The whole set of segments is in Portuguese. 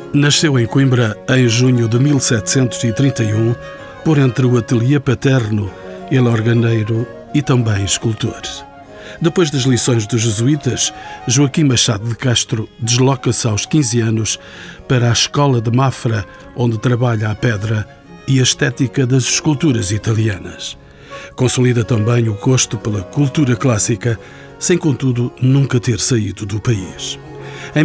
Nasceu em Coimbra em junho de 1731, por entre o ateliê paterno, ele organeiro e também escultor. Depois das lições dos jesuítas, Joaquim Machado de Castro desloca-se aos 15 anos para a escola de Mafra, onde trabalha a pedra e a estética das esculturas italianas. Consolida também o gosto pela cultura clássica, sem contudo nunca ter saído do país. Em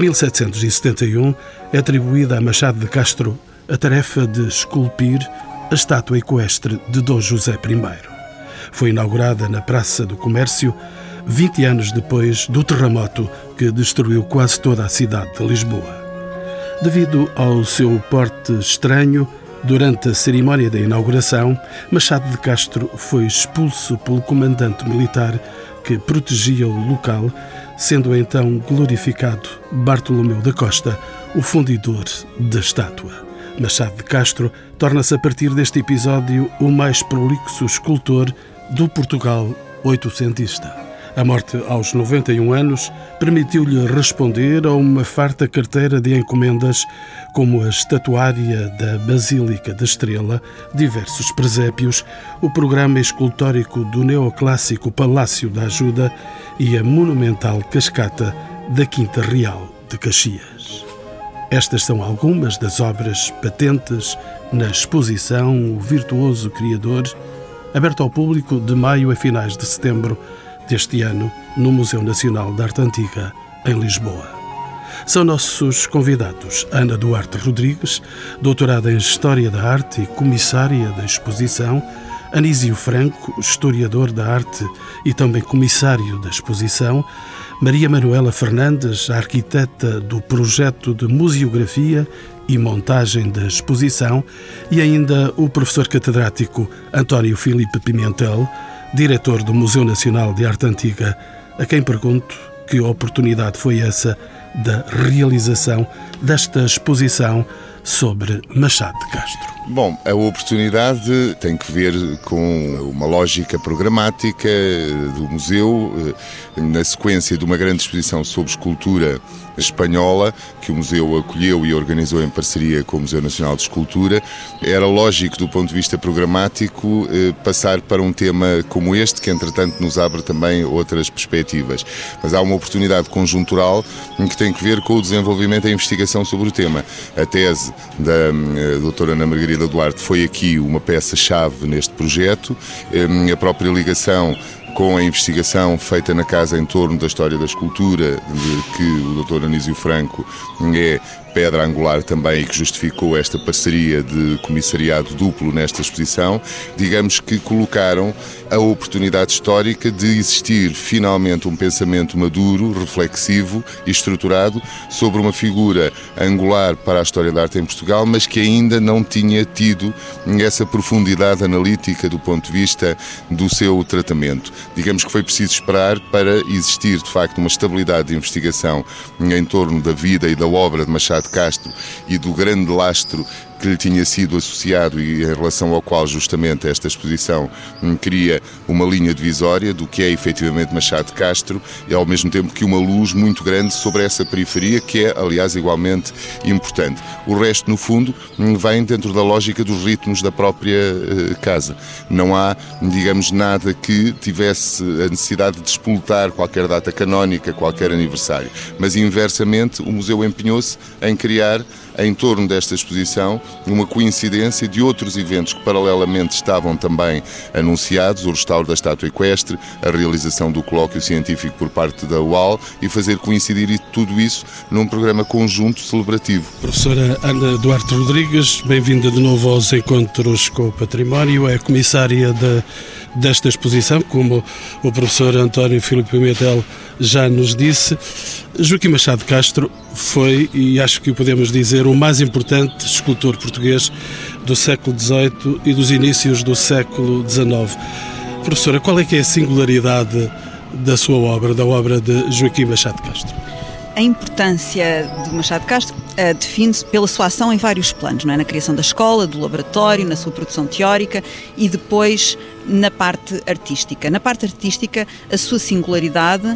1771 é atribuída a Machado de Castro a tarefa de esculpir a estátua equestre de Dom José I. Foi inaugurada na Praça do Comércio 20 anos depois do terremoto que destruiu quase toda a cidade de Lisboa. Devido ao seu porte estranho, durante a cerimónia da inauguração, Machado de Castro foi expulso pelo comandante militar que protegia o local, sendo então glorificado Bartolomeu da Costa, o fundidor da estátua. Machado de Castro torna-se a partir deste episódio o mais prolixo escultor do Portugal oitocentista. A morte aos 91 anos permitiu-lhe responder a uma farta carteira de encomendas, como a estatuária da Basílica da Estrela, diversos presépios, o programa escultórico do neoclássico Palácio da Ajuda e a monumental cascata da Quinta Real de Caxias. Estas são algumas das obras patentes na exposição O Virtuoso Criador, aberta ao público de maio a finais de setembro deste ano no Museu Nacional de Arte Antiga, em Lisboa. São nossos convidados Ana Duarte Rodrigues, doutorada em História da Arte e comissária da exposição, Anísio Franco, historiador da arte e também comissário da exposição, Maria Manuela Fernandes, arquiteta do projeto de museografia e montagem da exposição, e ainda o professor catedrático António Filipe Pimentel, diretor do Museu Nacional de Arte Antiga, a quem pergunto que oportunidade foi essa da realização desta exposição sobre Machado de Castro. Bom, a oportunidade tem que ver com uma lógica programática do museu, na sequência de uma grande exposição sobre escultura espanhola, que o museu acolheu e organizou em parceria com o Museu Nacional de Escultura. Era lógico, do ponto de vista programático, passar para um tema como este, que entretanto nos abre também outras perspectivas. Mas há uma oportunidade conjuntural que tem que ver com o desenvolvimento da investigação sobre o tema. A tese da doutora Ana Margarida Duarte foi aqui uma peça-chave neste projeto. A própria ligação com a investigação feita na casa em torno da história da escultura, de que o Dr. Anísio Franco é pedra angular também e que justificou esta parceria de comissariado duplo nesta exposição, digamos que colocaram a oportunidade histórica de existir finalmente um pensamento maduro, reflexivo e estruturado sobre uma figura angular para a história da arte em Portugal, mas que ainda não tinha tido essa profundidade analítica do ponto de vista do seu tratamento. Digamos que foi preciso esperar para existir de facto uma estabilidade de investigação em torno da vida e da obra de Machado de Castro e do grande lastro que lhe tinha sido associado e em relação ao qual justamente esta exposição cria uma linha divisória do que é efetivamente Machado de Castro e ao mesmo tempo que uma luz muito grande sobre essa periferia que é, aliás, igualmente importante. O resto, no fundo, vem dentro da lógica dos ritmos da própria casa. Não há, digamos, nada que tivesse a necessidade de despoltar qualquer data canónica, qualquer aniversário. Mas, inversamente, o museu empenhou-se em criar, em torno desta exposição, uma coincidência de outros eventos que paralelamente estavam também anunciados, o restauro da estátua equestre, a realização do colóquio científico por parte da UAL e fazer coincidir tudo isso num programa conjunto celebrativo. Professora Ana Duarte Rodrigues, bem-vinda de novo aos Encontros com o Património, é comissária desta exposição, como o professor António Filipe Pimentel já nos disse. Joaquim Machado de Castro foi, e acho que o podemos dizer, o mais importante escultor português do século XVIII e dos inícios do século XIX. Professora, qual é que é a singularidade da sua obra, da obra de Joaquim Machado de Castro? A importância de Machado de Castro define-se pela sua ação em vários planos, não é? Na criação da escola, do laboratório, na sua produção teórica e depois na parte artística. Na parte artística, a sua singularidade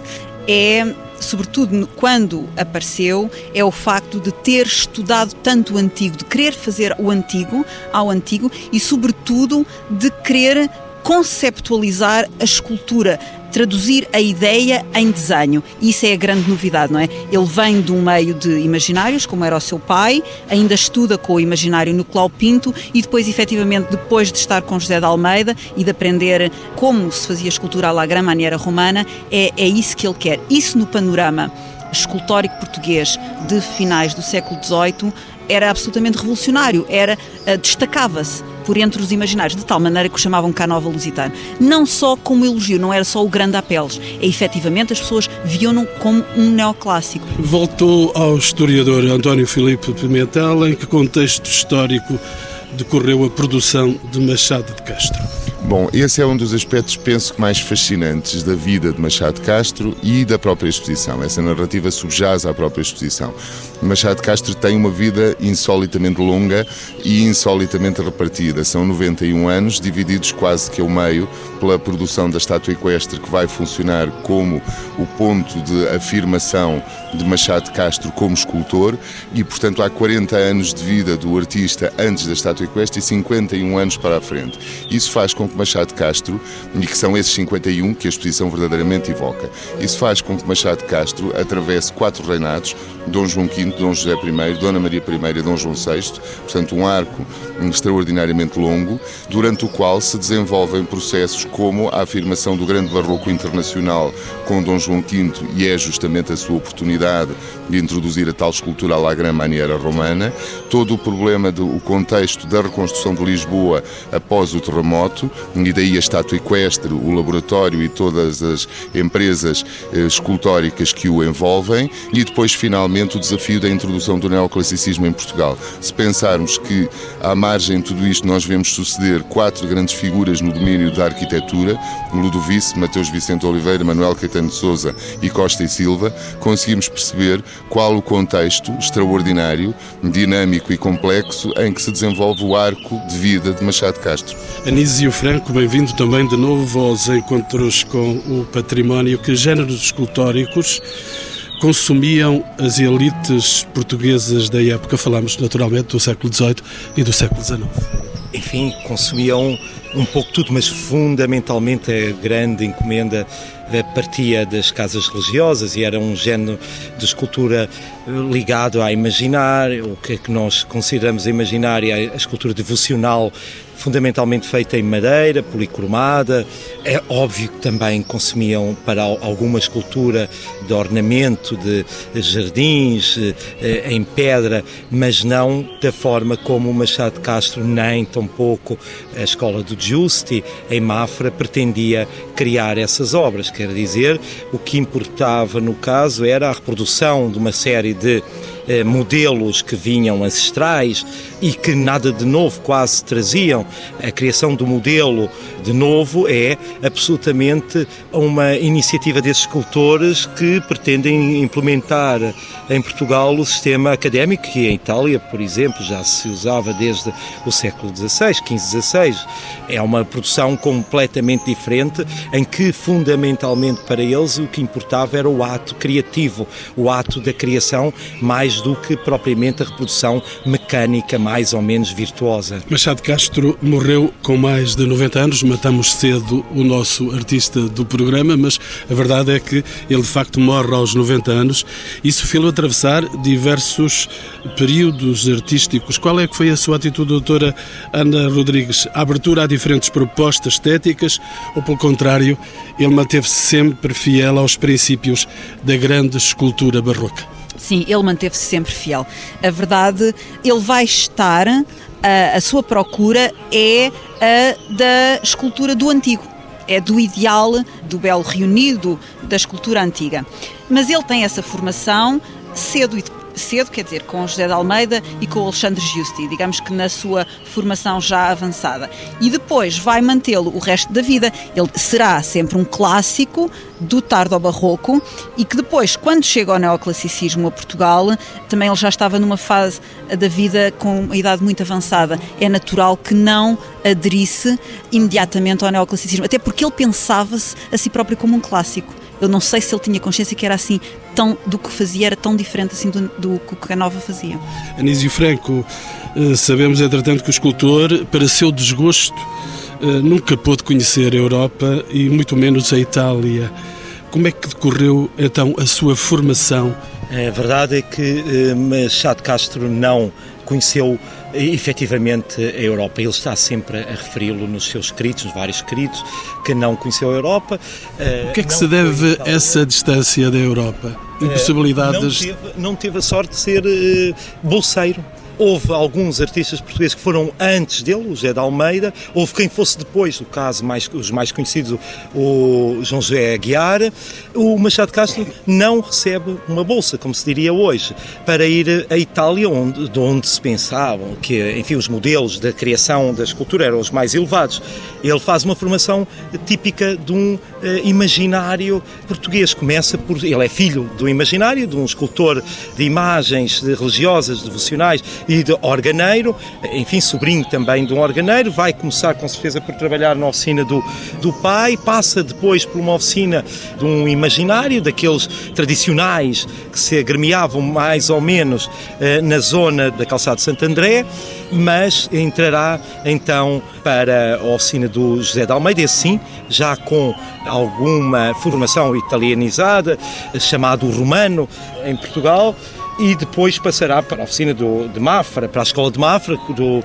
é, sobretudo quando apareceu, é o facto de ter estudado tanto o antigo, de querer fazer o antigo ao antigo e, sobretudo, de querer conceptualizar a escultura, traduzir a ideia em desenho. Isso é a grande novidade, não é? Ele vem de um meio de imaginários, como era o seu pai, ainda estuda com o imaginário no Clau Pinto e depois, efetivamente, depois de estar com José de Almeida e de aprender como se fazia escultura à la grande maneira romana, é isso que ele quer. Isso no panorama escultórico português de finais do século XVIII era absolutamente revolucionário, destacava-se por entre os imaginários, de tal maneira que o chamavam Canova Lusitano. Não só como elogio, não era só o grande apelos, efetivamente as pessoas viam-no como um neoclássico. Voltou ao historiador António Filipe Pimentel. Em que contexto histórico decorreu a produção de Machado de Castro? Bom, esse é um dos aspectos, penso, mais fascinantes da vida de Machado de Castro e da própria exposição. Essa narrativa subjaz à própria exposição. Machado de Castro tem uma vida insolitamente longa e insolitamente repartida. São 91 anos, divididos quase que ao meio pela produção da estátua equestre, que vai funcionar como o ponto de afirmação de Machado de Castro como escultor, e, portanto, há 40 anos de vida do artista antes da estátua equestre e 51 anos para a frente. Isso faz com que Machado de Castro, e que são esses 51 que a exposição verdadeiramente evoca, isso faz com que Machado de Castro atravesse 4 reinados, Dom João V, Dom José I, Dona Maria I e Dom João VI, portanto um arco extraordinariamente longo, durante o qual se desenvolvem processos como a afirmação do grande barroco internacional com Dom João V, e é justamente a sua oportunidade de introduzir a tal escultura à la grande maneira romana, todo o problema o contexto da reconstrução de Lisboa após o terremoto, e daí a estátua equestre, o laboratório e todas as empresas escultóricas que o envolvem, e depois finalmente o desafio da introdução do neoclassicismo em Portugal. Se pensarmos que à margem de tudo isto nós vemos suceder 4 grandes figuras no domínio da arquitetura, Ludovice, Mateus Vicente Oliveira, Manuel Caetano de Sousa e Costa e Silva, conseguimos perceber qual o contexto extraordinário, dinâmico e complexo em que se desenvolve o arco de vida de Machado de Castro. Anísio Franco, bem-vindo também de novo aos encontros com o património. Que géneros escultóricos consumiam as elites portuguesas da época? Falamos naturalmente do século XVIII e do século XIX. Enfim, consumiam um pouco tudo, mas fundamentalmente a grande encomenda partia das casas religiosas e era um género de escultura ligado a imaginar, o que é que nós consideramos imaginar, e a escultura devocional fundamentalmente feita em madeira, policromada. É óbvio que também consumiam para alguma escultura de ornamento de jardins em pedra, mas não da forma como o Machado de Castro, nem tampouco a escola do Giusti em Mafra pretendia criar essas obras. Quer dizer, o que importava no caso era a reprodução de uma série de modelos que vinham ancestrais e que nada de novo quase traziam. A criação do modelo de novo é absolutamente uma iniciativa desses escultores que pretendem implementar em Portugal o sistema académico, que em Itália, por exemplo, já se usava desde o século XVI, XV, XVI. É uma produção completamente diferente, em que fundamentalmente para eles o que importava era o ato criativo, o ato da criação, mais do que propriamente a reprodução mecânica mais ou menos virtuosa. Machado de Castro morreu com mais de 90 anos, matamos cedo o nosso artista do programa, mas a verdade é que ele de facto morre aos 90 anos. Isso fez-lo atravessar diversos períodos artísticos. Qual é que foi a sua atitude, doutora Ana Rodrigues? A abertura a diferentes propostas estéticas ou, pelo contrário, ele manteve-se sempre fiel aos princípios da grande escultura barroca? Sim, ele manteve-se sempre fiel. A verdade, ele vai estar, a sua procura é a da escultura do antigo. É do ideal, do belo reunido, da escultura antiga. Mas ele tem essa formação cedo, quer dizer, com o José de Almeida e com o Alexandre Giusti, digamos que na sua formação já avançada. E depois vai mantê-lo o resto da vida. Ele será sempre um clássico do tardo barroco e que depois, quando chega ao neoclassicismo a Portugal, também ele já estava numa fase da vida com uma idade muito avançada. É natural que não aderisse imediatamente ao neoclassicismo, até porque ele pensava-se a si próprio como um clássico. Eu não sei se ele tinha consciência que era assim, do que fazia, era tão diferente assim do que o Canova fazia. Anísio Franco, sabemos entretanto que o escultor, para seu desgosto, nunca pôde conhecer a Europa e muito menos a Itália. Como é que decorreu então a sua formação? A verdade é que Machado Castro não conheceu efetivamente a Europa. Ele está sempre a referi-lo nos seus escritos, nos vários escritos, que não conheceu a Europa. O que é que se deve a essa distância da Europa? Impossibilidades? Não teve a sorte de ser bolseiro. Houve alguns artistas portugueses que foram antes dele, o José de Almeida, houve quem fosse depois, no caso, os mais conhecidos, o João José Aguiar. O Machado Castro não recebe uma bolsa, como se diria hoje, para ir à Itália, de onde se pensavam que, enfim, os modelos da criação da escultura eram os mais elevados. Ele faz uma formação típica de um imaginário português. Ele é filho do imaginário, de um escultor de imagens religiosas, devocionais, e de organeiro, enfim, sobrinho também de um organeiro. Vai começar com certeza por trabalhar na oficina do pai, passa depois por uma oficina de um imaginário, daqueles tradicionais que se agremiavam mais ou menos na zona da Calçada de Santo André, mas entrará então para a oficina do José de Almeida, assim, já com alguma formação italianizada, chamado Romano em Portugal, e depois passará para a oficina de Mafra, para a escola de Mafra, do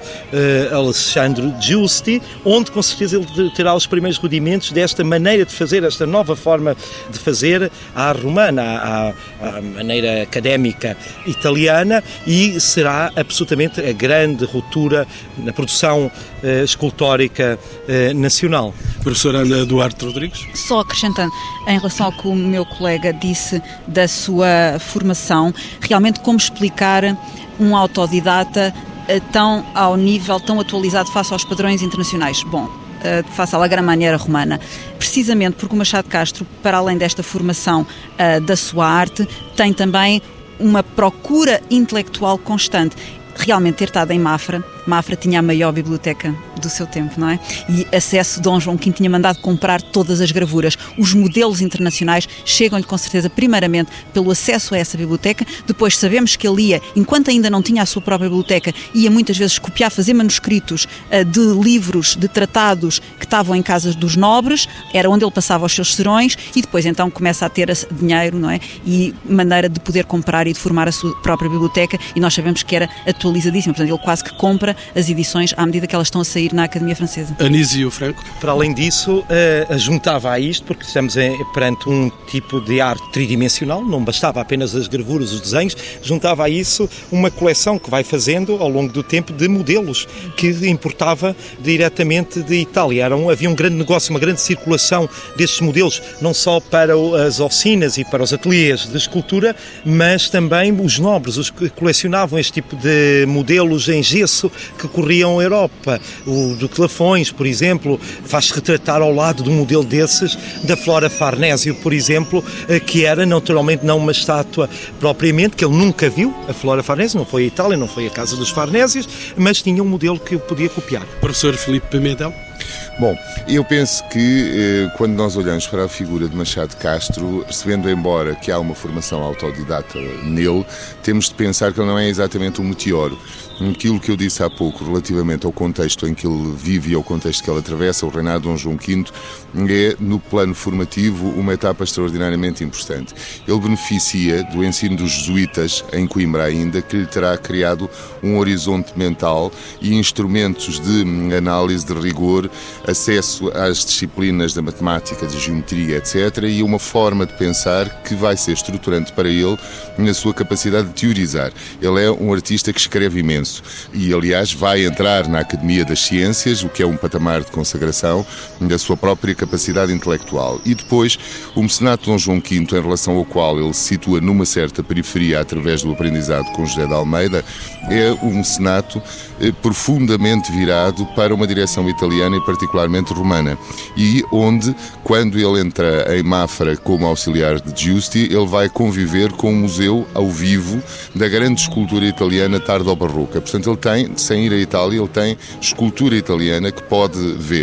Alessandro Giusti, onde com certeza ele terá os primeiros rudimentos desta maneira de fazer, esta nova forma de fazer à romana, à maneira académica italiana, e será absolutamente a grande ruptura na produção escultórica nacional. Professora Ana Duarte Rodrigues? Só acrescentando, em relação ao que o meu colega disse da sua formação, realmente como explicar um autodidata tão ao nível, tão atualizado face aos padrões internacionais? Bom, face à La Gramaniera romana, precisamente porque o Machado Castro, para além desta formação da sua arte, tem também uma procura intelectual constante. Realmente ter estado em Mafra tinha a maior biblioteca do seu tempo, não é? E acesso, Dom João V tinha mandado comprar todas as gravuras. Os modelos internacionais chegam-lhe com certeza primeiramente pelo acesso a essa biblioteca. Depois sabemos que ele ia, enquanto ainda não tinha a sua própria biblioteca, ia muitas vezes copiar, fazer manuscritos de livros, de tratados que estavam em casas dos nobres, era onde ele passava os seus serões, e depois então começa a ter dinheiro, não é? E maneira de poder comprar e de formar a sua própria biblioteca, e nós sabemos que era atualizadíssima, portanto ele quase que compra as edições à medida que elas estão a sair na Academia Francesa. Anísio Franco? Para além disso, juntava a isto, porque estamos perante um tipo de arte tridimensional, não bastava apenas as gravuras, os desenhos, juntava a isso uma coleção que vai fazendo ao longo do tempo de modelos que importava diretamente de Itália. Havia um grande negócio, uma grande circulação destes modelos, não só para as oficinas e para os ateliês de escultura, mas também os nobres, os que colecionavam este tipo de modelos em gesso que corriam a Europa. O Duque de Lafões, por exemplo, faz-se retratar ao lado de um modelo desses da Flora Farnésio, por exemplo, que era naturalmente não uma estátua propriamente, que ele nunca viu, a Flora Farnésio, não foi a Itália, não foi a casa dos Farnésios, mas tinha um modelo que podia copiar. Professor Filipe Pimentel? Bom, eu penso que quando nós olhamos para a figura de Machado Castro, percebendo embora que há uma formação autodidata nele, temos de pensar que ele não é exatamente um meteoro. Aquilo que eu disse há pouco relativamente ao contexto em que ele vive e ao contexto que ele atravessa, o reinado de Dom João V, é, no plano formativo, uma etapa extraordinariamente importante. Ele beneficia do ensino dos jesuítas, em Coimbra ainda, que lhe terá criado um horizonte mental e instrumentos de análise, de rigor, acesso às disciplinas da matemática, da geometria, etc., e uma forma de pensar que vai ser estruturante para ele na sua capacidade de teorizar. Ele é um artista que escreve imenso e, aliás, vai entrar na Academia das Ciências, o que é um patamar de consagração da sua própria capacidade intelectual. E depois, o mecenato de Dom João V, em relação ao qual ele se situa numa certa periferia através do aprendizado com José de Almeida, é um mecenato profundamente virado para uma direção italiana e particularmente romana, e onde, quando ele entra em Mafra como auxiliar de Giusti, ele vai conviver com o museu ao vivo da grande escultura italiana tardo-barroca. Portanto, ele tem, sem ir à Itália, ele tem escultura italiana que pode ver.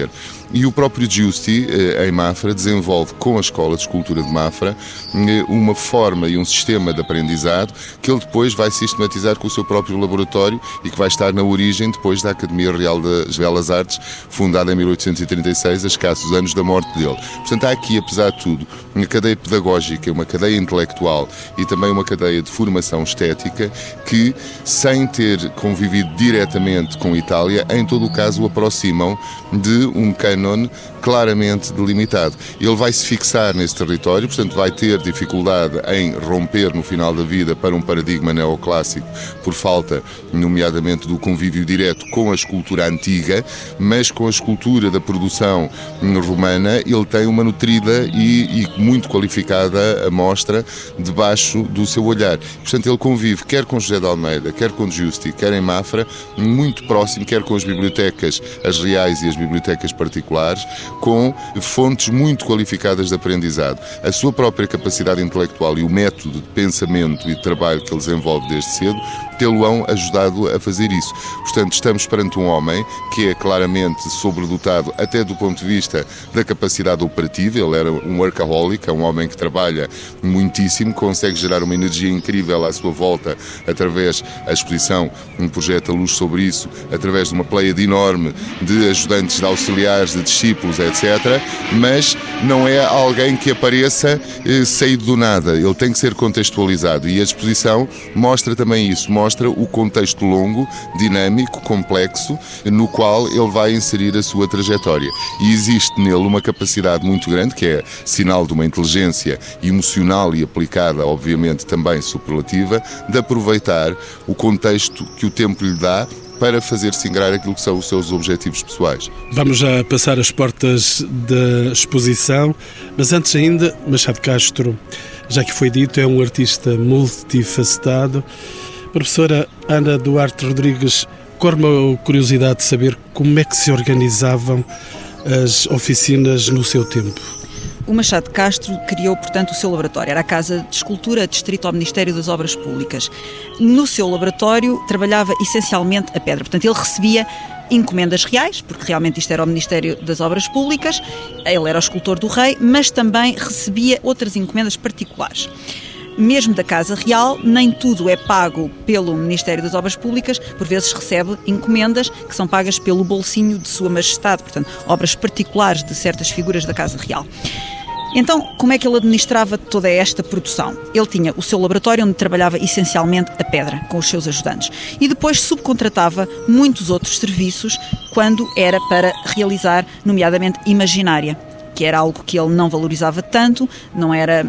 E o próprio Giusti, em Mafra, desenvolve com a Escola de Escultura de Mafra uma forma e um sistema de aprendizado que ele depois vai sistematizar com o seu próprio laboratório e que vai estar na origem depois da Academia Real das Belas Artes, fundada em 1836, a escassos anos da morte dele. Portanto, há aqui, apesar de tudo, uma cadeia pedagógica, uma cadeia intelectual e também uma cadeia de formação estética que, sem ter convivido diretamente com a Itália, em todo o caso o aproximam de um cânon claramente delimitado. Ele vai se fixar nesse território, portanto vai ter dificuldade em romper no final da vida para um paradigma neoclássico por falta, nomeadamente, do convívio direto com a escultura antiga, mas com a escultura da produção romana ele tem uma nutrida e muito qualificada amostra debaixo do seu olhar. Portanto, ele convive quer com José de Almeida, quer com Giusti, quer em Mafra, muito próximo, quer com as bibliotecas, as reais e as bibliotecas particulares, com fontes muito qualificadas de aprendizado. A sua própria capacidade intelectual e o método de pensamento e de trabalho que ele desenvolve desde cedo tê-lo-ão ajudado a fazer isso. Portanto, estamos perante um homem que é claramente sobredotado até do ponto de vista da capacidade operativa. Ele era um workaholic, é um homem que trabalha muitíssimo, consegue gerar uma energia incrível à sua volta através da exposição, um projeto à luz sobre isso, através de uma pleiade enorme de ajudantes, de auxiliares, de discípulos, etc. Mas não é alguém que apareça saído do nada. Ele tem que ser contextualizado e a exposição mostra também isso, mostra o contexto longo, dinâmico, complexo, no qual ele vai inserir a sua trajetória. E existe nele uma capacidade muito grande, que é sinal de uma inteligência emocional e aplicada, obviamente também superlativa, de aproveitar o contexto que o tempo lhe dá para fazer singrar aquilo que são os seus objetivos pessoais. Vamos já passar as portas da exposição, mas antes ainda, Machado Castro, já que foi dito, é um artista multifacetado. Professora Ana Duarte Rodrigues, corre-me a curiosidade de saber como é que se organizavam as oficinas no seu tempo. O Machado Castro criou, portanto, o seu laboratório. Era a Casa de Escultura adscrita ao Ministério das Obras Públicas. No seu laboratório trabalhava essencialmente a pedra. Portanto, ele recebia encomendas reais, porque realmente isto era o Ministério das Obras Públicas, ele era o escultor do rei, mas também recebia outras encomendas particulares. Mesmo da Casa Real, nem tudo é pago pelo Ministério das Obras Públicas, por vezes recebe encomendas que são pagas pelo bolsinho de Sua Majestade, portanto, obras particulares de certas figuras da Casa Real. Então, como é que ele administrava toda esta produção? Ele tinha o seu laboratório onde trabalhava essencialmente a pedra, com os seus ajudantes. E depois subcontratava muitos outros serviços quando era para realizar, nomeadamente, imaginária, que era algo que ele não valorizava tanto, não era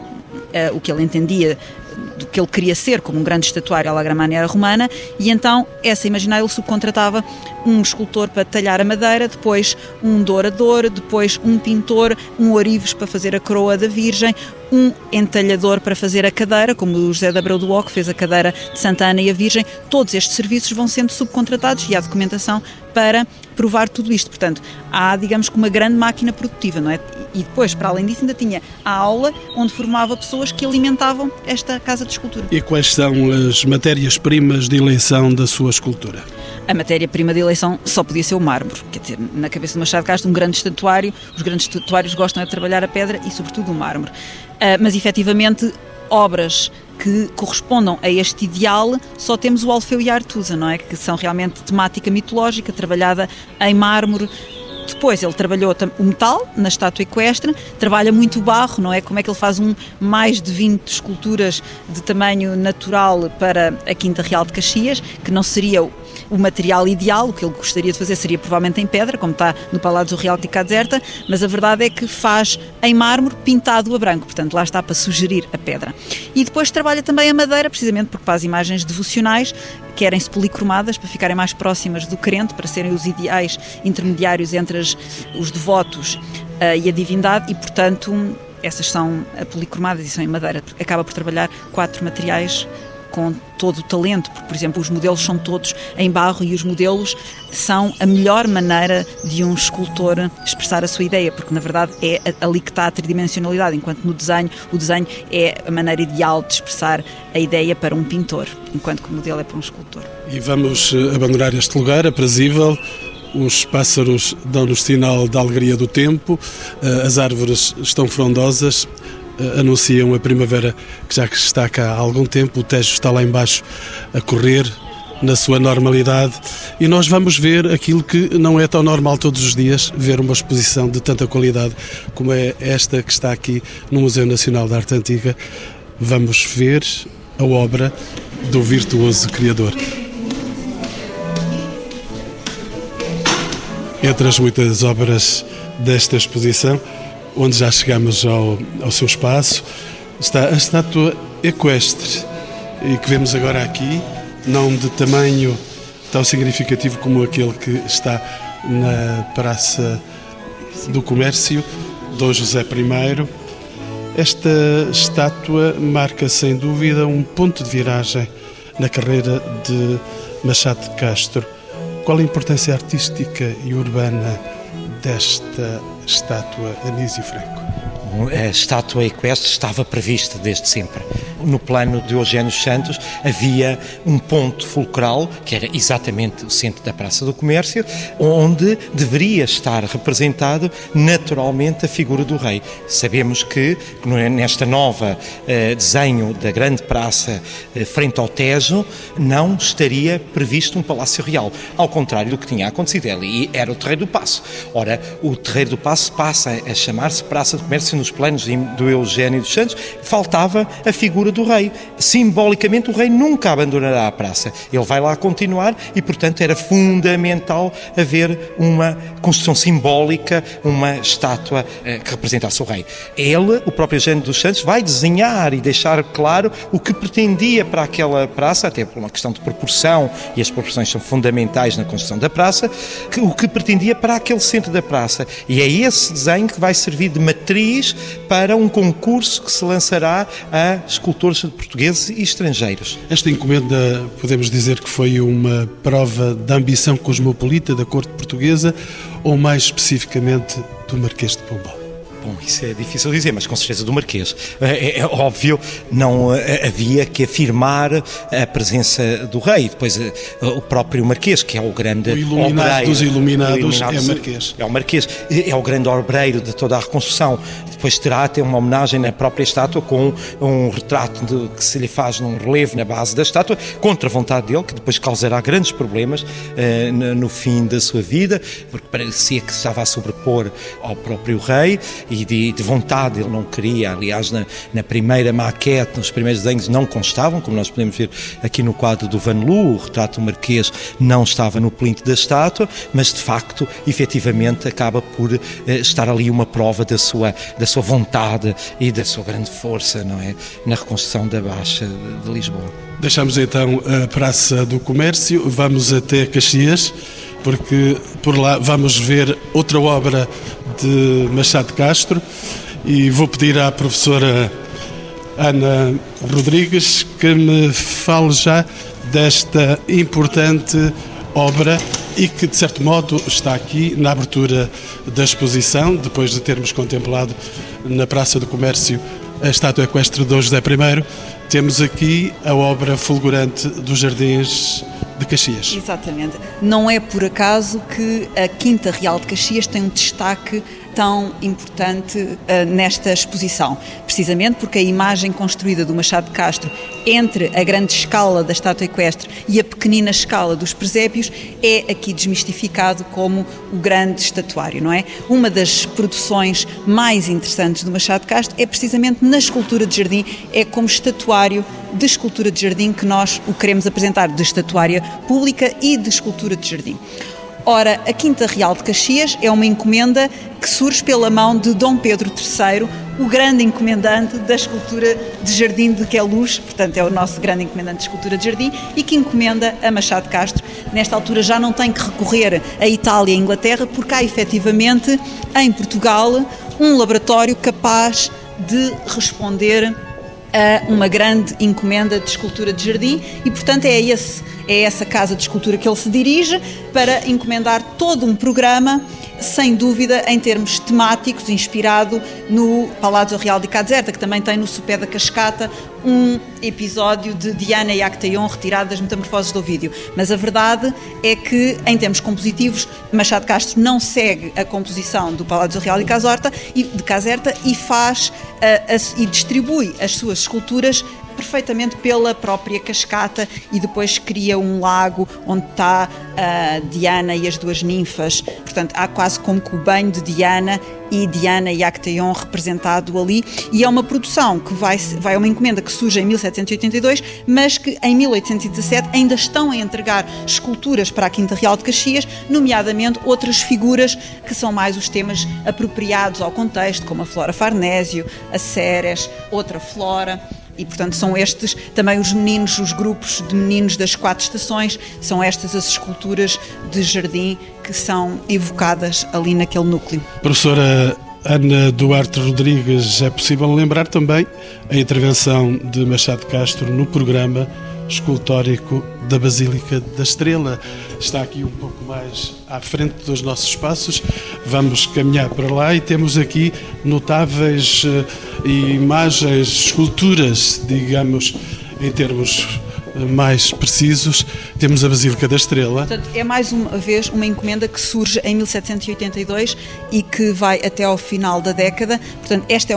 o que ele entendia do que ele queria ser como um grande estatuário à la Gramania romana, e então essa imaginária ele subcontratava um escultor para talhar a madeira, depois um dourador, depois um pintor, um ourives para fazer a coroa da Virgem, um entalhador para fazer a cadeira, como o José de Abreu do Ó, que fez a cadeira de Santa Ana e a Virgem. Todos estes serviços vão sendo subcontratados e há documentação para provar tudo isto. Portanto, há, digamos que, uma grande máquina produtiva, não é? E depois, para além disso, ainda tinha a aula onde formava pessoas que alimentavam esta casa de escultura. E quais são as matérias-primas de eleição da sua escultura? A matéria-prima de eleição só podia ser o mármore. Quer dizer, na cabeça de Machado Castro, um grande estatuário, os grandes estatuários gostam de trabalhar a pedra e, sobretudo, o mármore. Mas, efetivamente, obras que correspondam a este ideal, só temos o Alfeu e a Artusa, não é? Que são realmente temática mitológica, trabalhada em mármore. Depois ele trabalhou o metal na estátua equestre, trabalha muito o barro, não é? Como é que ele faz mais de 20 esculturas de tamanho natural para a Quinta Real de Caxias, que não seria o material ideal, o que ele gostaria de fazer seria provavelmente em pedra, como está no Palácio Real de Caserta, mas a verdade é que faz em mármore pintado a branco, portanto lá está para sugerir a pedra. E depois trabalha também a madeira, precisamente porque faz imagens devocionais, querem-se policromadas para ficarem mais próximas do crente, para serem os ideais intermediários entre os devotos e a divindade, e portanto essas são policromadas e são em madeira. Acaba por trabalhar 4 materiais com todo o talento, porque, por exemplo, os modelos são todos em barro e os modelos são a melhor maneira de um escultor expressar a sua ideia, porque, na verdade, é ali que está a tridimensionalidade, enquanto no desenho, o desenho é a maneira ideal de expressar a ideia para um pintor, enquanto que o modelo é para um escultor. E vamos abandonar este lugar aprazível os pássaros dão-nos sinal da alegria do tempo, as árvores estão frondosas, anunciam a primavera que já está cá há algum tempo, o Tejo está lá embaixo a correr na sua normalidade e nós vamos ver aquilo que não é tão normal todos os dias, ver uma exposição de tanta qualidade como é esta que está aqui no Museu Nacional de Arte Antiga. Vamos ver a obra do virtuoso criador. Entre as muitas obras desta exposição, onde já chegamos ao seu espaço, está a estátua equestre, e que vemos agora aqui, não de tamanho tão significativo como aquele que está na Praça do Comércio, Dom José I. Esta estátua marca, sem dúvida, um ponto de viragem na carreira de Machado de Castro. Qual a importância artística e urbana desta estátua, Anísio Franco? A estátua equestre estava prevista desde sempre. No plano de Eugênio Santos havia um ponto fulcral, que era exatamente o centro da Praça do Comércio, onde deveria estar representado naturalmente a figura do rei. Sabemos que nesta nova desenho da grande praça frente ao Tejo não estaria previsto um palácio real, ao contrário do que tinha acontecido ali, era o Terreiro do Paço. Ora, o Terreiro do Paço passa a chamar-se Praça do Comércio nos planos do Eugênio dos Santos, faltava a figura do rei. Simbolicamente, o rei nunca abandonará a praça. Ele vai lá continuar e, portanto, era fundamental haver uma construção simbólica, uma estátua que representasse o rei. Ele, o próprio Eugênio dos Santos, vai desenhar e deixar claro o que pretendia para aquela praça, até por uma questão de proporção, e as proporções são fundamentais na construção da praça, o que pretendia para aquele centro da praça. E é esse desenho que vai servir de matriz para um concurso que se lançará a escultores portugueses e estrangeiros. Esta encomenda, podemos dizer que foi uma prova da ambição cosmopolita da corte portuguesa ou, mais especificamente, do Marquês de Pombal? Bom, isso é difícil dizer, mas com certeza do Marquês. É óbvio, não havia que afirmar a presença do rei. Depois o próprio Marquês, que é o grande obreiro dos iluminados, é Marquês. É o Marquês, é o grande obreiro de toda a reconstrução. Depois terá até uma homenagem na própria estátua com um retrato que se lhe faz num relevo na base da estátua, contra a vontade dele, que depois causará grandes problemas no fim da sua vida, porque parecia que se estava a sobrepor ao próprio rei, e de vontade ele não queria. Aliás, na primeira maquete, nos primeiros desenhos não constavam, como nós podemos ver aqui no quadro do Van Loo, o retrato do Marquês não estava no plinto da estátua, mas de facto, efetivamente, acaba por estar ali uma prova da sua vontade e da sua grande força, não é? Na reconstrução da Baixa de Lisboa. Deixamos então a Praça do Comércio, vamos até Caxias, porque por lá vamos ver outra obra de Machado de Castro, e vou pedir à professora Ana Rodrigues que me fale já desta importante obra e que, de certo modo, está aqui na abertura da exposição, depois de termos contemplado na Praça do Comércio a estátua equestre de Dom José I. Temos aqui a obra fulgurante dos Jardins de Caxias. Exatamente. Não é por acaso que a Quinta Real de Caxias tem um destaque tão importante nesta exposição, precisamente porque a imagem construída do Machado de Castro entre a grande escala da estátua equestre e a pequenina escala dos presépios é aqui desmistificado como o grande estatuário, não é? Uma das produções mais interessantes do Machado de Castro é precisamente na escultura de jardim, é como estatuário de escultura de jardim que nós o queremos apresentar, de estatuária pública e de escultura de jardim. Ora, a Quinta Real de Caxias é uma encomenda que surge pela mão de Dom Pedro III, o grande encomendante da escultura de jardim de Queluz, portanto é o nosso grande encomendante de escultura de jardim, e que encomenda a Machado de Castro. Nesta altura já não tem que recorrer à Itália e à Inglaterra, porque há efetivamente em Portugal um laboratório capaz de responder a uma grande encomenda de escultura de jardim e, portanto, é essa casa de escultura que ele se dirige para encomendar todo um programa, sem dúvida, em termos temáticos, inspirado no Palácio Real de Caserta, que também tem no sopé da Cascata um episódio de Diana e Actaeon retirado das Metamorfoses do Ovídio. Mas a verdade é que, em termos compositivos, Machado de Castro não segue a composição do Palácio Real de Caserta e faz e distribui as suas esculturas perfeitamente pela própria cascata e depois cria um lago onde está a Diana e as duas ninfas. Portanto, há quase como que o banho de Diana e Actaeon representado ali, e é uma produção que vai uma encomenda que surge em 1782, mas que em 1817 ainda estão a entregar esculturas para a Quinta Real de Caxias, nomeadamente outras figuras que são mais os temas apropriados ao contexto, como a Flora Farnésio, a Ceres, outra Flora. E, portanto, são estes também os grupos de meninos das 4 estações, são estas as esculturas de jardim que são evocadas ali naquele núcleo. Professora Ana Duarte Rodrigues, é possível lembrar também a intervenção de Machado de Castro no programa escultórico da Basílica da Estrela. Está aqui um pouco mais à frente dos nossos espaços. Vamos caminhar para lá e temos aqui notáveis imagens, esculturas, digamos, em termos mais precisos. Temos a Basílica da Estrela. Portanto, é mais uma vez uma encomenda que surge em 1782 e que vai até ao final da década. Portanto, esta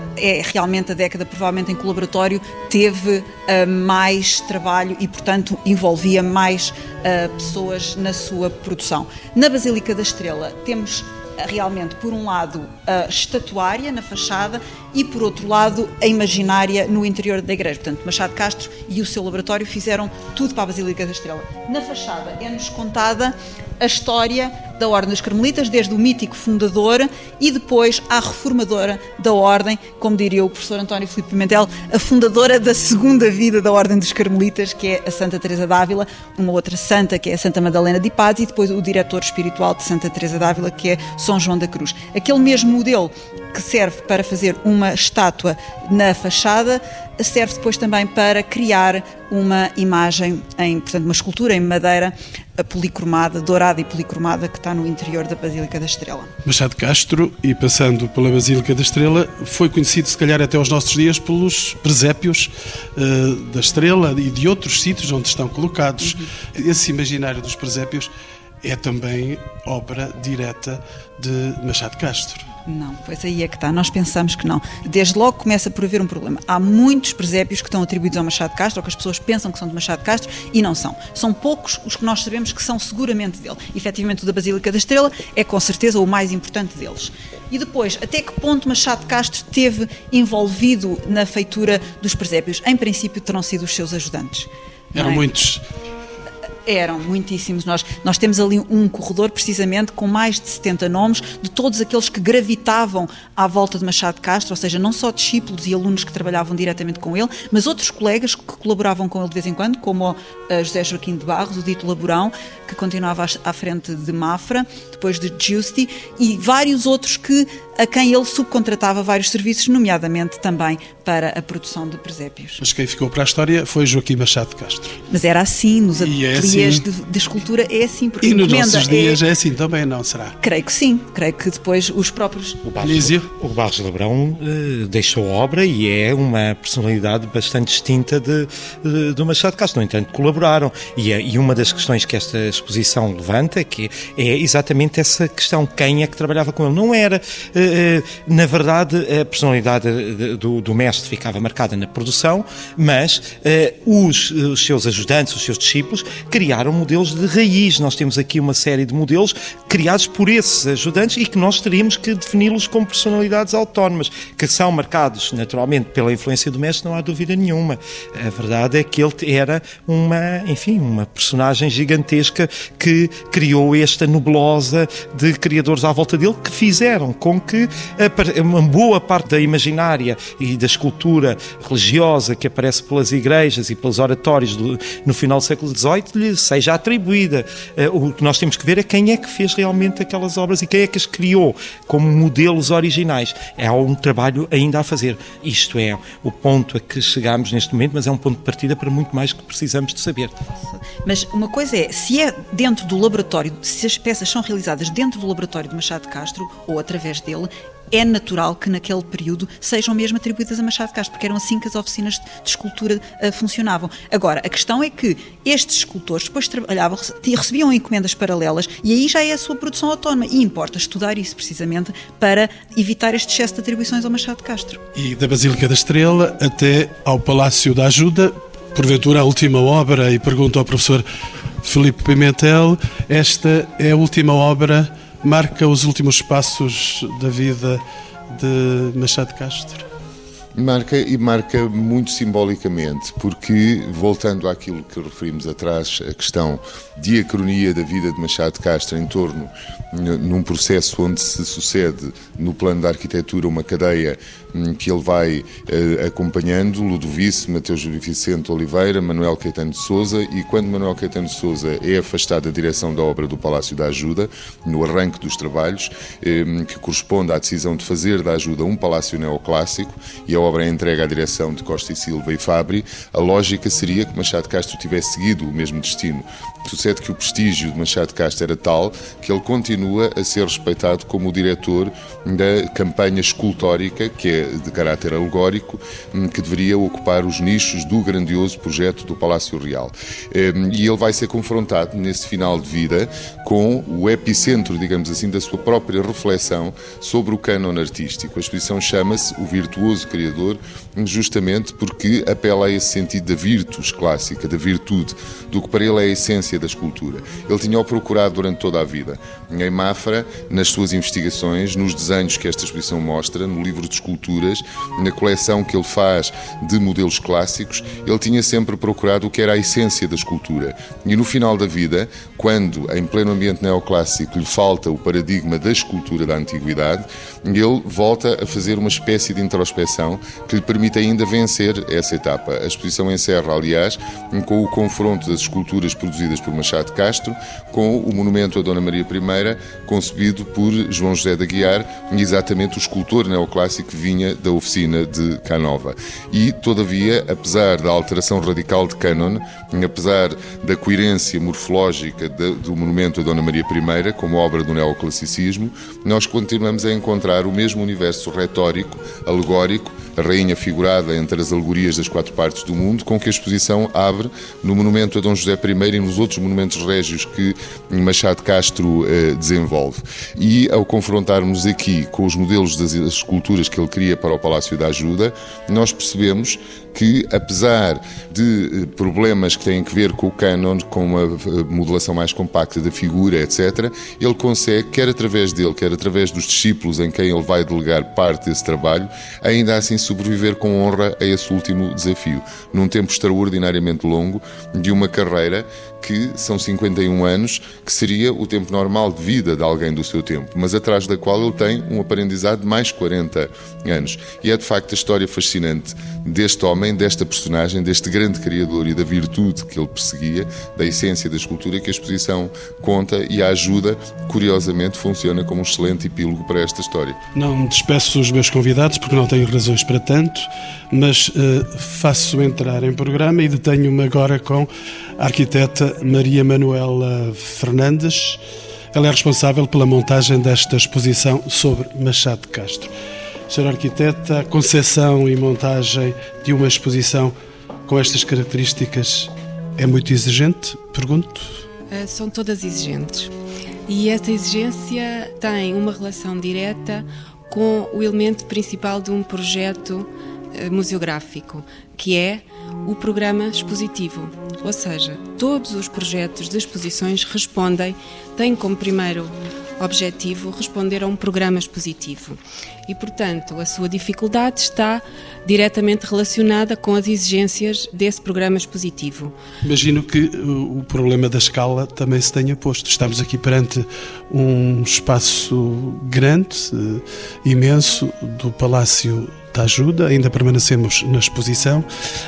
é realmente a década, provavelmente em que o laboratório teve mais trabalho e, portanto, envolvia mais pessoas na sua produção. Na Basílica da Estrela temos realmente, por um lado, a estatuária na fachada e, por outro lado, a imaginária no interior da igreja. Portanto, Machado de Castro e o seu laboratório fizeram tudo para a Basílica da Estrela. Na fachada é-nos contada a história da Ordem dos Carmelitas, desde o mítico fundador e depois à reformadora da Ordem, como diria o professor António Filipe Pimentel, a fundadora da segunda vida da Ordem dos Carmelitas, que é a Santa Teresa d'Ávila, uma outra santa, que é a Santa Madalena de Paz, e depois o diretor espiritual de Santa Teresa d'Ávila, que é São João da Cruz. Aquele mesmo modelo que serve para fazer uma estátua na fachada, serve depois também para criar uma imagem, portanto, uma escultura em madeira policromada, dourada e policromada, que está no interior da Basílica da Estrela. Machado de Castro, e passando pela Basílica da Estrela, foi conhecido, se calhar até aos nossos dias, pelos presépios da Estrela e de outros sítios onde estão colocados. Esse imaginário dos presépios é também obra direta de Machado de Castro. Não, pois aí é que está. Nós pensamos que não. Desde logo começa por haver um problema. Há muitos presépios que estão atribuídos ao Machado de Castro, ou que as pessoas pensam que são de Machado de Castro, e não são. São poucos os que nós sabemos que são seguramente dele. Efetivamente, o da Basílica da Estrela é com certeza o mais importante deles. E depois, até que ponto Machado de Castro esteve envolvido na feitura dos presépios? Em princípio, terão sido os seus ajudantes. Eram muitos. Eram muitíssimos. Nós temos ali um corredor, precisamente, com mais de 70 nomes de todos aqueles que gravitavam à volta de Machado de Castro, ou seja, não só discípulos e alunos que trabalhavam diretamente com ele, mas outros colegas que colaboravam com ele de vez em quando, como José Joaquim de Barros, o dito Laborão, que continuava à frente de Mafra, depois de Giusti, e vários outros a quem ele subcontratava vários serviços, nomeadamente também para a produção de presépios. Mas quem ficou para a história foi Joaquim Machado de Castro. Mas era assim, nos ateliês de escultura é assim. Porque e nos nossos dias é assim também, não será? Creio que sim, creio que depois os próprios... O Barros de Labrão deixou obra e é uma personalidade bastante distinta do Machado de Castro, no entanto colaboraram, e uma das questões que esta exposição levanta é exatamente essa questão: quem é que trabalhava com ele? Não era, na verdade, a personalidade do mestre ficava marcada na produção, mas os seus ajudantes, os seus discípulos, criaram modelos de raiz. Nós temos aqui uma série de modelos criados por esses ajudantes e que nós teríamos que defini-los como personalidades autónomas, que são marcados naturalmente pela influência do mestre, não há dúvida nenhuma. A verdade é que ele era uma personagem gigantesca que criou esta nebulosa de criadores à volta dele, que fizeram com que uma boa parte da imaginária e da escultura religiosa que aparece pelas igrejas e pelos oratórios no final do século XVIII lhe seja atribuída. O que nós temos que ver é quem é que fez realmente aquelas obras e quem é que as criou como modelos originais. É um trabalho ainda a fazer. Isto é o ponto a que chegamos neste momento, mas é um ponto de partida para muito mais que precisamos de saber. Mas uma coisa é, se é dentro do laboratório, se as peças são realizadas dentro do laboratório de Machado de Castro ou através dele, é natural que naquele período sejam mesmo atribuídas a Machado de Castro, porque eram assim que as oficinas de escultura funcionavam. Agora, a questão é que estes escultores depois trabalhavam, recebiam encomendas paralelas, e aí já é a sua produção autónoma, e importa estudar isso precisamente para evitar este excesso de atribuições ao Machado de Castro. E da Basílica da Estrela até ao Palácio da Ajuda, porventura a última obra, e pergunto ao professor Filipe Pimentel, esta é a última obra, marca os últimos passos da vida de Machado de Castro? Marca muito simbolicamente, porque, voltando àquilo que referimos atrás, a questão de acronia da vida de Machado de Castro em torno, num processo onde se sucede no plano da arquitetura uma cadeia que ele vai acompanhando, Ludovice, Mateus Vicente Oliveira, Manuel Caetano de Sousa, e quando Manuel Caetano de Sousa é afastado da direção da obra do Palácio da Ajuda, no arranque dos trabalhos, que corresponde à decisão de fazer da Ajuda um palácio neoclássico, e a obra é entregue à direção de Costa e Silva e Fabri, a lógica seria que Machado de Castro tivesse seguido o mesmo destino. Sucede que o prestígio de Machado de Castro era tal que ele continua a ser respeitado como o diretor da campanha escultórica, que é de caráter alegórico, que deveria ocupar os nichos do grandioso projeto do Palácio Real. E ele vai ser confrontado nesse final de vida com o epicentro, digamos assim, da sua própria reflexão sobre o cânon artístico. A exposição chama-se O Virtuoso Criador, justamente porque apela a esse sentido da virtus clássica, da virtude, do que para ele é a essência da escultura. Ele tinha-o procurado durante toda a vida. Em Mafra, nas suas investigações, nos desenhos que esta exposição mostra, no livro de esculturas, na coleção que ele faz de modelos clássicos, ele tinha sempre procurado o que era a essência da escultura. E no final da vida, quando, em pleno ambiente neoclássico, lhe falta o paradigma da escultura da antiguidade, ele volta a fazer uma espécie de introspeção que lhe permite ainda vencer essa etapa. A exposição encerra, aliás, com o confronto das esculturas produzidas por Machado de Castro com o monumento a Dona Maria I, concebido por João José de Aguiar, exatamente o escultor neoclássico que vinha da oficina de Canova. E, todavia, apesar da alteração radical de cânon, apesar da coerência morfológica do monumento a Dona Maria I, como obra do neoclassicismo, nós continuamos a encontrar o mesmo universo retórico, alegórico, a rainha figurada entre as alegorias das quatro partes do mundo, com que a exposição abre no monumento a Dom José I e nos outros monumentos régios que Machado de Castro desenvolve. E ao confrontarmos aqui com os modelos das esculturas que ele cria para o Palácio da Ajuda, nós percebemos que, apesar de problemas que têm a ver com o cânon, com uma modelação mais compacta da figura, etc., ele consegue, quer através dele, quer através dos discípulos em quem ele vai delegar parte desse trabalho, ainda assim sobreviver com honra a esse último desafio, num tempo extraordinariamente longo de uma carreira que são 51 anos, que seria o tempo normal de vida de alguém do seu tempo, mas atrás da qual ele tem um aprendizado de mais 40 anos. E é de facto a história fascinante deste homem, desta personagem, deste grande criador e da virtude que ele perseguia, da essência da escultura, que a exposição conta, e a ajuda, curiosamente, funciona como um excelente epílogo para esta história. Não despeço os meus convidados porque não tenho razões para tanto, mas faço entrar em programa e detenho-me agora com a arquiteta Maria Manuela Fernandes. Ela é responsável pela montagem desta exposição sobre Machado de Castro. Senhora arquiteta, a concepção e montagem de uma exposição com estas características é muito exigente? Pergunto. São todas exigentes. E essa exigência tem uma relação direta com o elemento principal de um projeto museográfico, que é o programa expositivo. Ou seja, todos os projetos de exposições têm como primeiro objetivo responder a um programa expositivo. E, portanto, a sua dificuldade está diretamente relacionada com as exigências desse programa expositivo. Imagino que o problema da escala também se tenha posto. Estamos aqui perante um espaço grande, imenso, do Palácio da Ajuda, ainda permanecemos na exposição.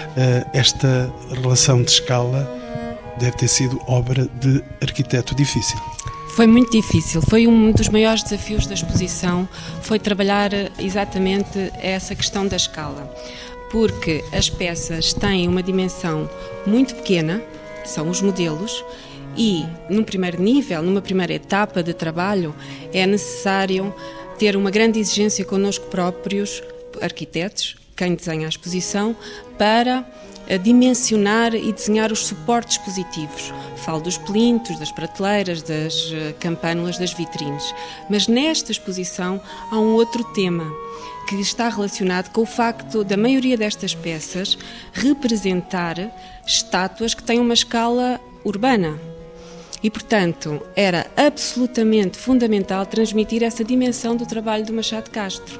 Esta relação de escala deve ter sido obra de arquiteto difícil. Foi muito difícil, foi um dos maiores desafios da exposição, foi trabalhar exatamente essa questão da escala, porque as peças têm uma dimensão muito pequena, são os modelos, e num primeiro nível, numa primeira etapa de trabalho, é necessário ter uma grande exigência connosco próprios, arquitetos, quem desenha a exposição, para dimensionar e desenhar os suportes expositivos. Falo dos plintos, das prateleiras, das campânulas, das vitrines. Mas nesta exposição há um outro tema que está relacionado com o facto da maioria destas peças representar estátuas que têm uma escala urbana. E, portanto, era absolutamente fundamental transmitir essa dimensão do trabalho do Machado de Castro.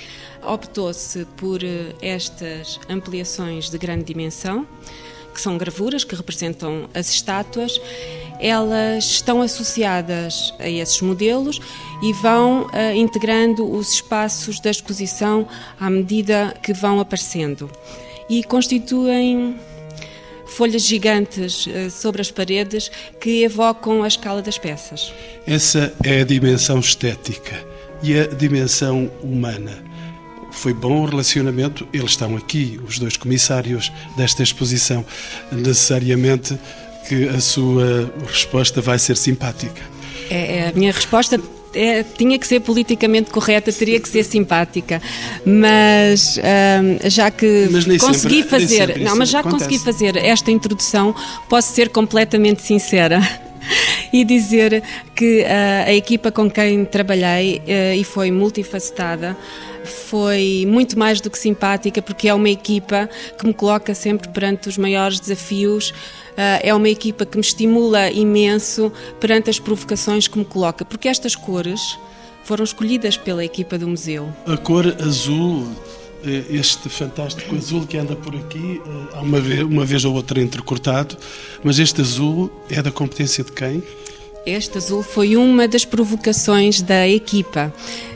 Optou-se por estas ampliações de grande dimensão, que são gravuras que representam as estátuas. Elas estão associadas a esses modelos e vão integrando os espaços da exposição à medida que vão aparecendo. E constituem folhas gigantes sobre as paredes que evocam a escala das peças. Essa é a dimensão estética e a dimensão humana. Foi bom o relacionamento, eles estão aqui, os dois comissários desta exposição. Necessariamente que a sua resposta vai ser simpática. A minha resposta tinha que ser politicamente correta, teria que ser simpática, mas já que consegui fazer, consegui fazer esta introdução, posso ser completamente sincera e dizer que a equipa com quem trabalhei, e foi multifacetada, foi muito mais do que simpática, porque é uma equipa que me coloca sempre perante os maiores desafios, é uma equipa que me estimula imenso perante as provocações que me coloca, porque estas cores foram escolhidas pela equipa do museu. A cor azul, este fantástico azul que anda por aqui, há uma vez ou outra entrecortado, mas este azul é da competência de quem? Este azul foi uma das provocações da equipa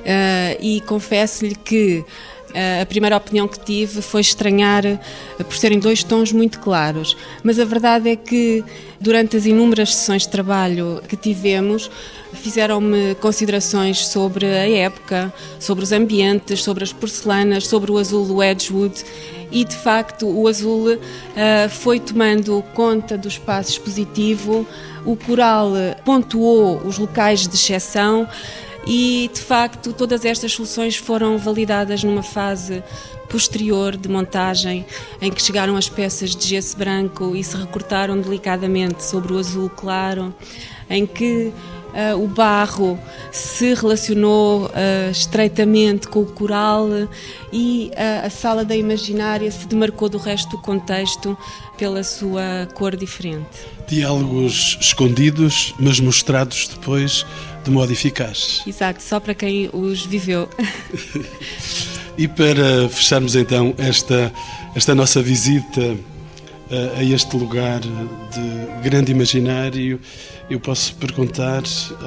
e confesso-lhe que a primeira opinião que tive foi estranhar por serem dois tons muito claros, mas a verdade é que durante as inúmeras sessões de trabalho que tivemos, fizeram-me considerações sobre a época, sobre os ambientes, sobre as porcelanas, sobre o azul do Edgewood, e de facto o azul foi tomando conta do espaço expositivo. O coral pontuou os locais de exceção e, de facto, todas estas soluções foram validadas numa fase posterior de montagem, em que chegaram as peças de gesso branco e se recortaram delicadamente sobre o azul claro, em que o barro se relacionou estreitamente com o coral e a sala da imaginária se demarcou do resto do contexto pela sua cor diferente. Diálogos escondidos, mas mostrados depois de modo eficaz. Exato, só para quem os viveu. E para fecharmos então esta nossa visita a este lugar de grande imaginário, eu posso perguntar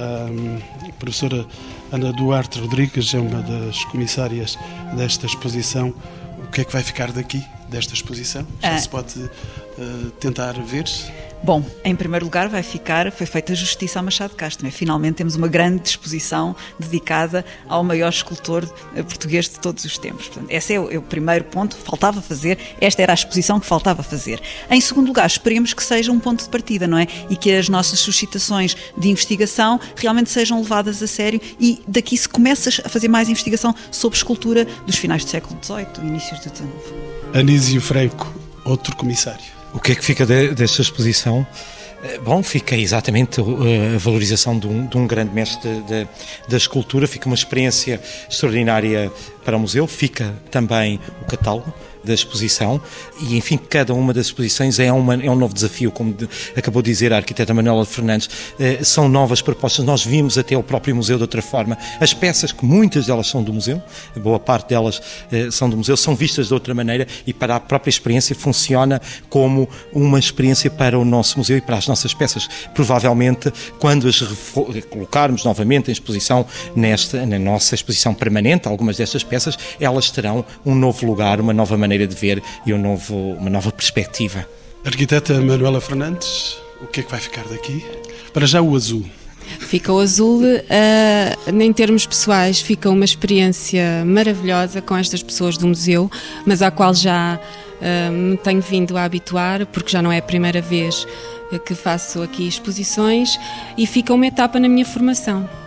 à professora Ana Duarte Rodrigues, é uma das comissárias desta exposição, o que é que vai ficar daqui, desta exposição? Já se pode tentar ver? Bom, em primeiro lugar foi feita justiça a Machado de Castro, né? Finalmente temos uma grande exposição dedicada ao maior escultor português de todos os tempos. Portanto, esse é o primeiro ponto que faltava fazer, esta era a exposição que faltava fazer. Em segundo lugar, esperemos que seja um ponto de partida, não é? E que as nossas suscitações de investigação realmente sejam levadas a sério e daqui se começa a fazer mais investigação sobre escultura dos finais do século XVIII, inícios do XIX. Anísio Franco, outro comissário. O que é que fica desta exposição? Bom, fica exatamente a valorização de um grande mestre da escultura, fica uma experiência extraordinária para o museu, fica também o catálogo da exposição e, enfim, cada uma das exposições é um novo desafio, como acabou de dizer a arquiteta Manuela Fernandes, são novas propostas, nós vimos até o próprio museu de outra forma, as peças, que muitas delas são do museu, boa parte delas são do museu, são vistas de outra maneira e para a própria experiência funciona como uma experiência para o nosso museu e para as nossas peças. Provavelmente, quando as colocarmos novamente em exposição na nossa exposição permanente, algumas destas peças, elas terão um novo lugar, uma nova maneira de ver e uma nova perspectiva. Arquiteta Manuela Fernandes, o que é que vai ficar daqui? Para já o azul. Fica o azul, em termos pessoais, fica uma experiência maravilhosa com estas pessoas do museu, mas à qual já me tenho vindo a habituar, porque já não é a primeira vez que faço aqui exposições, e fica uma etapa na minha formação.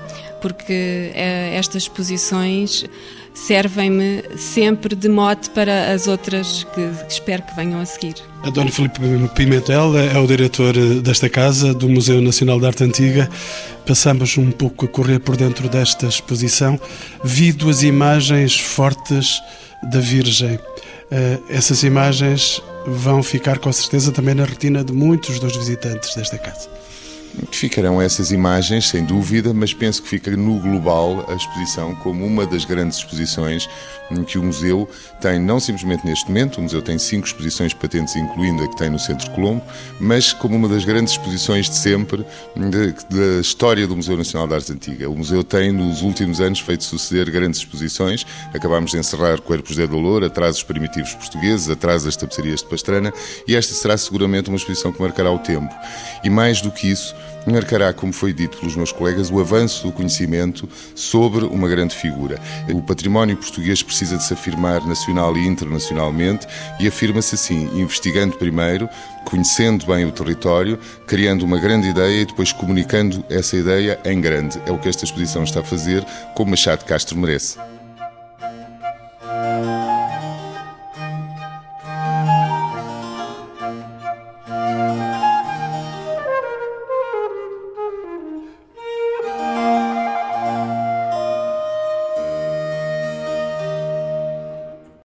porque estas exposições servem-me sempre de mote para as outras que espero que venham a seguir. A Dona Filipe Pimentel é o diretor desta casa, do Museu Nacional de Arte Antiga. Passamos um pouco a correr por dentro desta exposição. Vi 2 imagens fortes da Virgem. Essas imagens vão ficar com certeza também na retina de muitos dos visitantes desta casa. Ficarão essas imagens, sem dúvida, mas penso que fica no global a exposição como uma das grandes exposições que o museu tem, não simplesmente neste momento. O museu tem 5 exposições patentes, incluindo a que tem no Centro Colombo, mas como uma das grandes exposições de sempre da história do Museu Nacional de Arte Antiga. O museu tem, nos últimos anos, feito suceder grandes exposições. Acabámos de encerrar Corpos de Dolor, atrás os primitivos portugueses, atrás as tapeçarias de Pastrana, e esta será seguramente uma exposição que marcará o tempo. E mais do que isso, marcará, como foi dito pelos meus colegas, o avanço do conhecimento sobre uma grande figura. O património português precisa de se afirmar nacional e internacionalmente, e afirma-se assim, investigando primeiro, conhecendo bem o território, criando uma grande ideia e depois comunicando essa ideia em grande. É o que esta exposição está a fazer, como Machado de Castro merece.